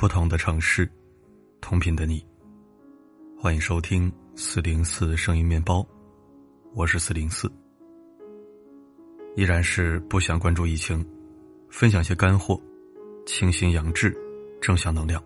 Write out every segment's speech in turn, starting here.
不同的城市，同频的你。欢迎收听404声音面包，我是404。依然是不想关注疫情，分享些干货，清新养志，正向能量。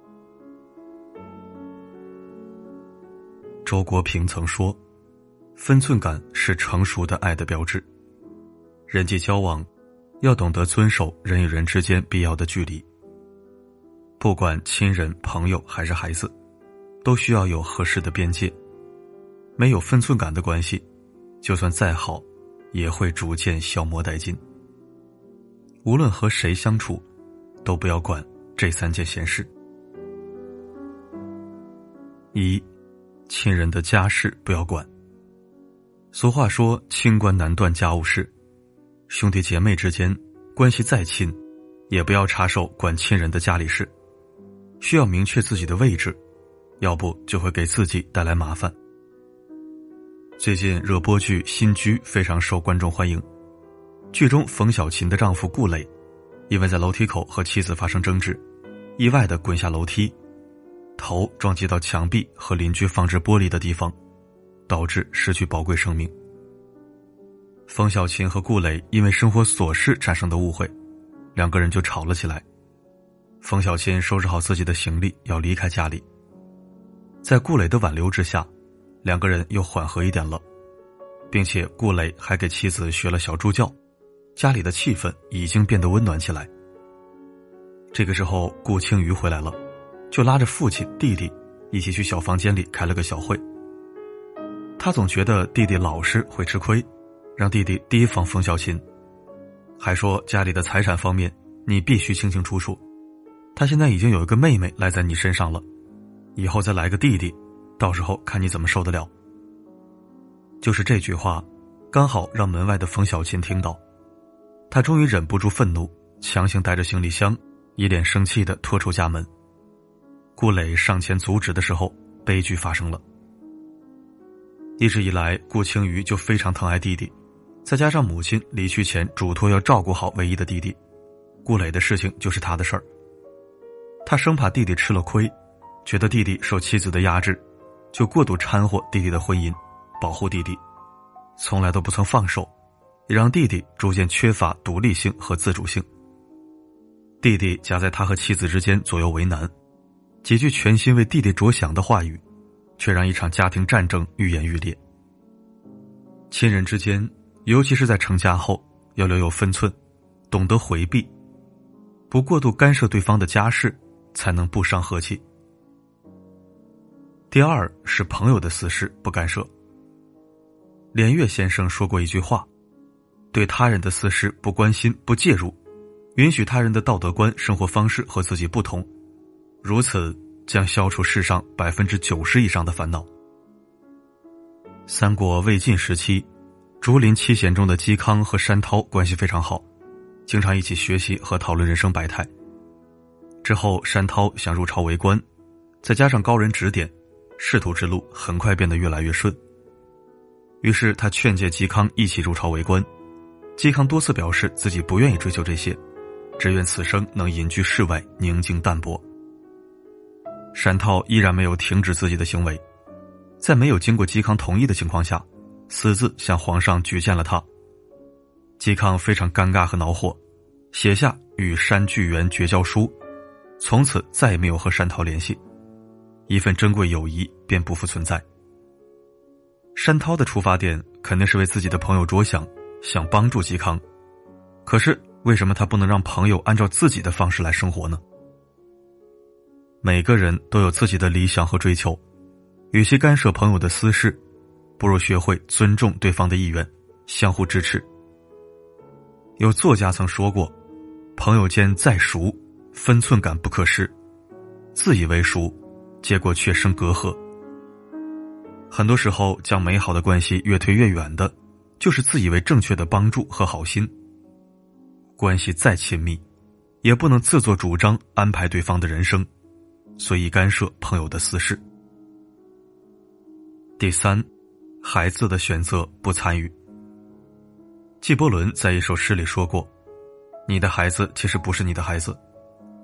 周国平曾说，分寸感是成熟的爱的标志。人际交往要懂得遵守人与人之间必要的距离，不管亲人、朋友还是孩子，都需要有合适的边界。没有分寸感的关系，就算再好，也会逐渐消磨殆尽。无论和谁相处，都不要管这3件闲事。1. 亲人的家事不要管。俗话说，清官难断家务事。兄弟姐妹之间关系再亲，也不要插手管亲人的家里事，需要明确自己的位置，要不就会给自己带来麻烦。最近热播剧《新居》非常受观众欢迎，剧中冯小琴的丈夫顾磊因为在楼梯口和妻子发生争执，意外地滚下楼梯，头撞击到墙壁和邻居放置玻璃的地方，导致失去宝贵生命。冯小琴和顾磊因为生活琐事产生的误会，两个人就吵了起来。冯小琴收拾好自己的行李要离开家里，在顾磊的挽留之下，两个人又缓和一点了，并且顾磊还给妻子学了小助教，家里的气氛已经变得温暖起来。这个时候顾青瑜回来了，就拉着父亲弟弟一起去小房间里开了个小会。他总觉得弟弟老实会吃亏，让弟弟提防冯小琴，还说家里的财产方面你必须清清楚楚，他现在已经有一个妹妹赖在你身上了，以后再来个弟弟，到时候看你怎么受得了。就是这句话刚好让门外的冯小琴听到，他终于忍不住愤怒，强行带着行李箱一脸生气地拖出家门。顾磊上前阻止的时候，悲剧发生了。一直以来顾青瑜就非常疼爱弟弟，再加上母亲离去前嘱托要照顾好唯一的弟弟，顾磊的事情就是他的事儿。他生怕弟弟吃了亏，觉得弟弟受妻子的压制，就过度掺和弟弟的婚姻，保护弟弟，从来都不曾放手，也让弟弟逐渐缺乏独立性和自主性。弟弟夹在他和妻子之间左右为难，几句全心为弟弟着想的话语，却让一场家庭战争愈演愈烈。亲人之间，尤其是在成家后，要留有分寸，懂得回避，不过度干涉对方的家事，才能不伤和气。第2是朋友的私事不干涉。连岳先生说过一句话，对他人的私事不关心不介入，允许他人的道德观生活方式和自己不同，如此将消除世上90%以上的烦恼。三国魏晋时期，竹林七贤中的嵇康和山涛关系非常好，经常一起学习和讨论人生百态。之后山涛想入朝为官，再加上高人指点，仕途之路很快变得越来越顺。于是他劝诫嵇康一起入朝为官，嵇康多次表示自己不愿意追求这些，只愿此生能隐居室外，宁静淡泊。山涛依然没有停止自己的行为，在没有经过嵇康同意的情况下，私自向皇上举荐了他。嵇康非常尴尬和恼火，写下与山巨源绝交书，从此再也没有和山涛联系，一份珍贵友谊便不复存在。山涛的出发点肯定是为自己的朋友着想，想帮助嵇康，可是为什么他不能让朋友按照自己的方式来生活呢？每个人都有自己的理想和追求，与其干涉朋友的私事，不如学会尊重对方的意愿，相互支持。有作家曾说过，朋友间再熟，分寸感不可失，自以为熟，结果却生隔阂。很多时候将美好的关系越推越远的，就是自以为正确的帮助和好心。关系再亲密，也不能自作主张安排对方的人生，随意干涉朋友的私事。第3，孩子的选择不参与。纪伯伦在一首诗里说过，你的孩子其实不是你的孩子，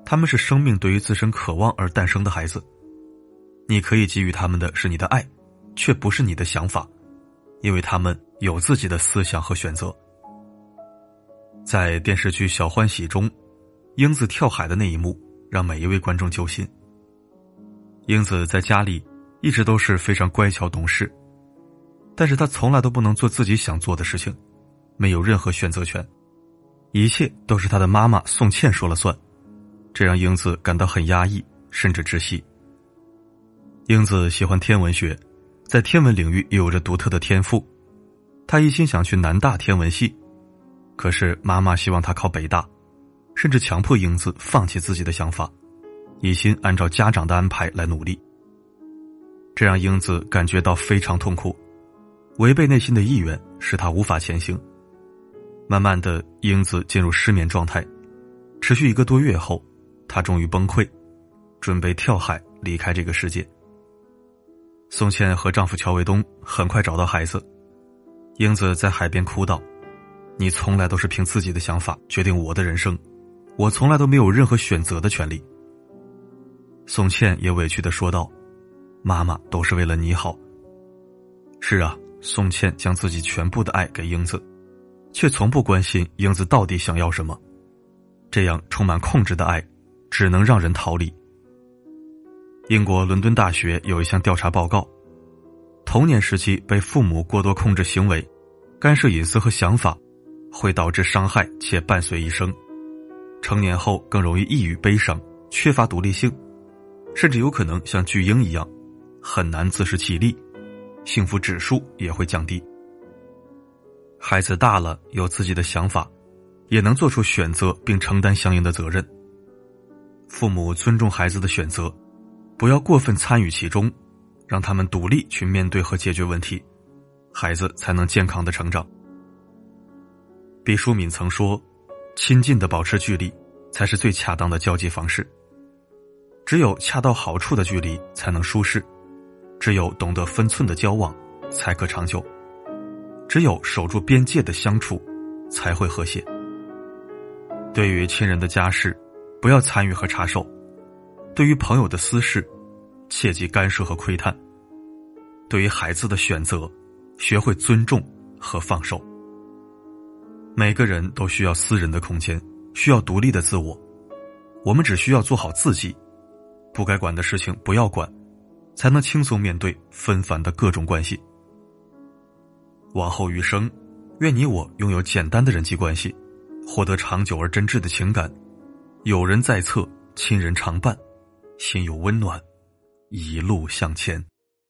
他们是生命对于自身渴望而诞生的孩子。你可以给予他们的是你的爱，却不是你的想法，因为他们有自己的思想和选择。在电视剧《小欢喜》中，英子跳海的那一幕让每一位观众揪心。英子在家里一直都是非常乖巧懂事，但是她从来都不能做自己想做的事情，没有任何选择权，一切都是她的妈妈宋茜说了算，这让英子感到很压抑，甚至窒息。英子喜欢天文学，在天文领域也有着独特的天赋，她一心想去南大天文系，可是妈妈希望她考北大，甚至强迫英子放弃自己的想法，一心按照家长的安排来努力。这让英子感觉到非常痛苦，违背内心的意愿使她无法前行。慢慢的，英子进入失眠状态，持续1个多月后，她终于崩溃，准备跳海离开这个世界。宋茜和丈夫乔卫东很快找到孩子，英子在海边哭道：你从来都是凭自己的想法决定我的人生，我从来都没有任何选择的权利。宋茜也委屈地说道：妈妈都是为了你好。是啊，宋茜将自己全部的爱给英子，却从不关心英子到底想要什么，这样充满控制的爱只能让人逃离。英国伦敦大学有一项调查报告，童年时期被父母过多控制行为，干涉隐私和想法，会导致伤害且伴随一生。成年后更容易抑郁悲伤，缺乏独立性，甚至有可能像巨婴一样很难自食其力，幸福指数也会降低。孩子大了，有自己的想法，也能做出选择并承担相应的责任。父母尊重孩子的选择，不要过分参与其中，让他们独立去面对和解决问题，孩子才能健康的成长。毕淑敏曾说，亲近的保持距离才是最恰当的交际方式，只有恰到好处的距离才能舒适，只有懂得分寸的交往才可长久，只有守住边界的相处才会和谐。对于亲人的家事，不要参与和插手；对于朋友的私事，切忌干涉和窥探；对于孩子的选择，学会尊重和放手。每个人都需要私人的空间，需要独立的自我，我们只需要做好自己，不该管的事情不要管，才能轻松面对纷繁的各种关系。往后余生，愿你我拥有简单的人际关系，获得长久而真挚的情感，有人在侧，亲人常伴，心有温暖，一路向前。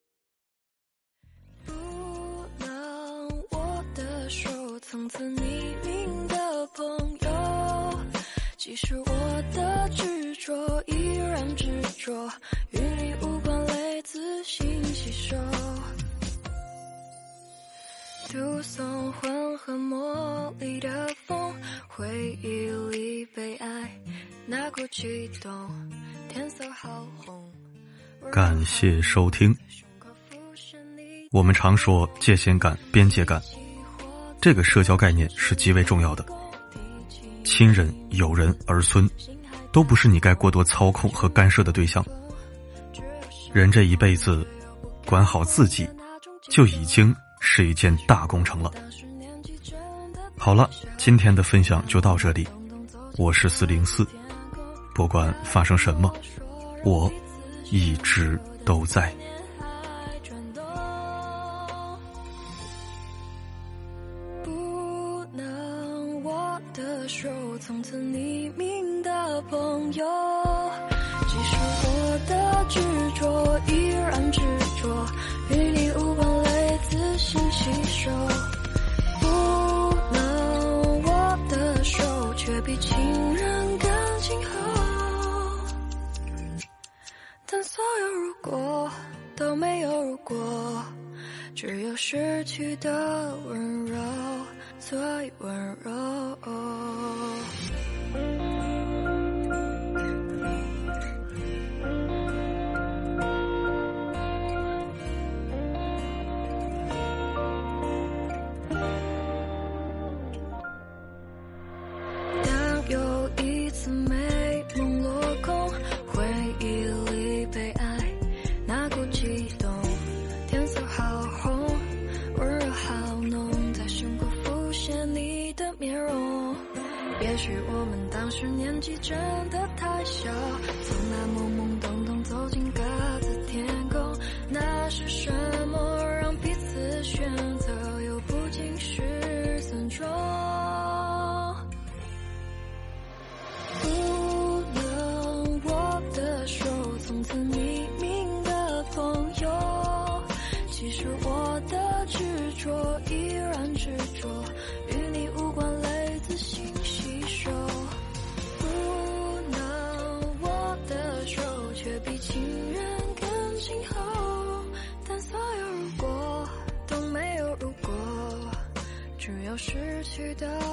不能握的手，曾自匿名的朋友，即使我的执着依然执着，与你无关泪自行吸收，读诵混合茉莉的风，回忆里被爱那股悸动，天色好红。 感谢收听。我们常说界限感、边界感，这个社交概念是极为重要的。亲人、友人、儿孙，都不是你该过多操控和干涉的对象。人这一辈子，管好自己，就已经是一件大工程了。好了，今天的分享就到这里，我是404，不管发生什么，我一直都在。 不能握的手，从此匿名的朋友，即使我的执着依然执着，与你无关泪自行吸收。不能握的手，却比情人更今后。但所有如果都没有如果，只有失去的温柔最温柔。当又一次美梦落是我的执着，依然执着，与你无关，泪自行吸收。不能握的手，却比情人更今后。但所有如果都没有如果，只有失去的